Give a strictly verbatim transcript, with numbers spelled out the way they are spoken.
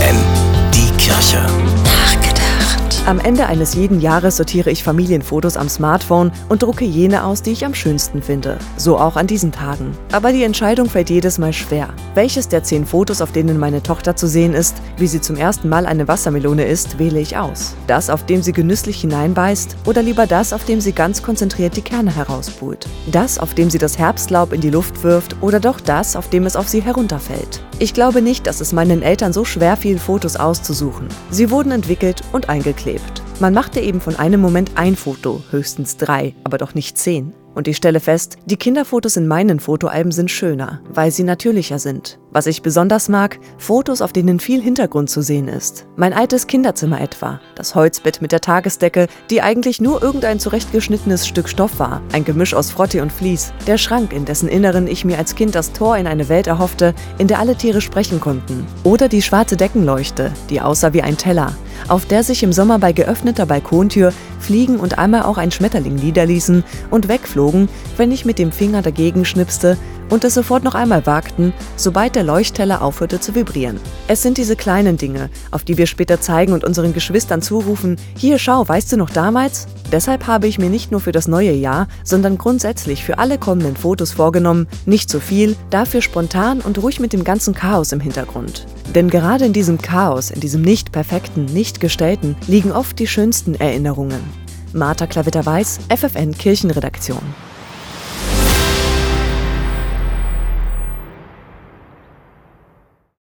N, die Kirche. Nachgedacht. Am Ende eines jeden Jahres sortiere ich Familienfotos am Smartphone und drucke jene aus, die ich am schönsten finde. So auch an diesen Tagen. Aber die Entscheidung fällt jedes Mal schwer. Welches der zehn Fotos, auf denen meine Tochter zu sehen ist, wie sie zum ersten Mal eine Wassermelone isst, wähle ich aus? Das, auf dem sie genüsslich hineinbeißt, oder lieber das, auf dem sie ganz konzentriert die Kerne herausspult? Das, auf dem sie das Herbstlaub in die Luft wirft, oder doch das, auf dem es auf sie herunterfällt? Ich glaube nicht, dass es meinen Eltern so schwer fiel, Fotos auszusuchen. Sie wurden entwickelt und eingeklebt. Man machte eben von einem Moment ein Foto, höchstens drei, aber doch nicht zehn. Und ich stelle fest, die Kinderfotos in meinen Fotoalben sind schöner, weil sie natürlicher sind. Was ich besonders mag, Fotos, auf denen viel Hintergrund zu sehen ist. Mein altes Kinderzimmer etwa, das Holzbett mit der Tagesdecke, die eigentlich nur irgendein zurechtgeschnittenes Stück Stoff war, ein Gemisch aus Frottee und Vlies, der Schrank, in dessen Inneren ich mir als Kind das Tor in eine Welt erhoffte, in der alle Tiere sprechen konnten. Oder die schwarze Deckenleuchte, die aussah wie ein Teller, auf der sich im Sommer bei geöffneter Balkontür Fliegen und einmal auch ein Schmetterling niederließen und wegflogen, wenn ich mit dem Finger dagegen schnipste und es sofort noch einmal wagten, sobald der Leuchtteller aufhörte zu vibrieren. Es sind diese kleinen Dinge, auf die wir später zeigen und unseren Geschwistern zurufen: Hier, schau, weißt du noch damals? Deshalb habe ich mir nicht nur für das neue Jahr, sondern grundsätzlich für alle kommenden Fotos vorgenommen, nicht zu viel, dafür spontan und ruhig mit dem ganzen Chaos im Hintergrund. Denn gerade in diesem Chaos, in diesem nicht perfekten, nicht gestellten, liegen oft die schönsten Erinnerungen. Martha Klavitter-Weiß, F F N Kirchenredaktion.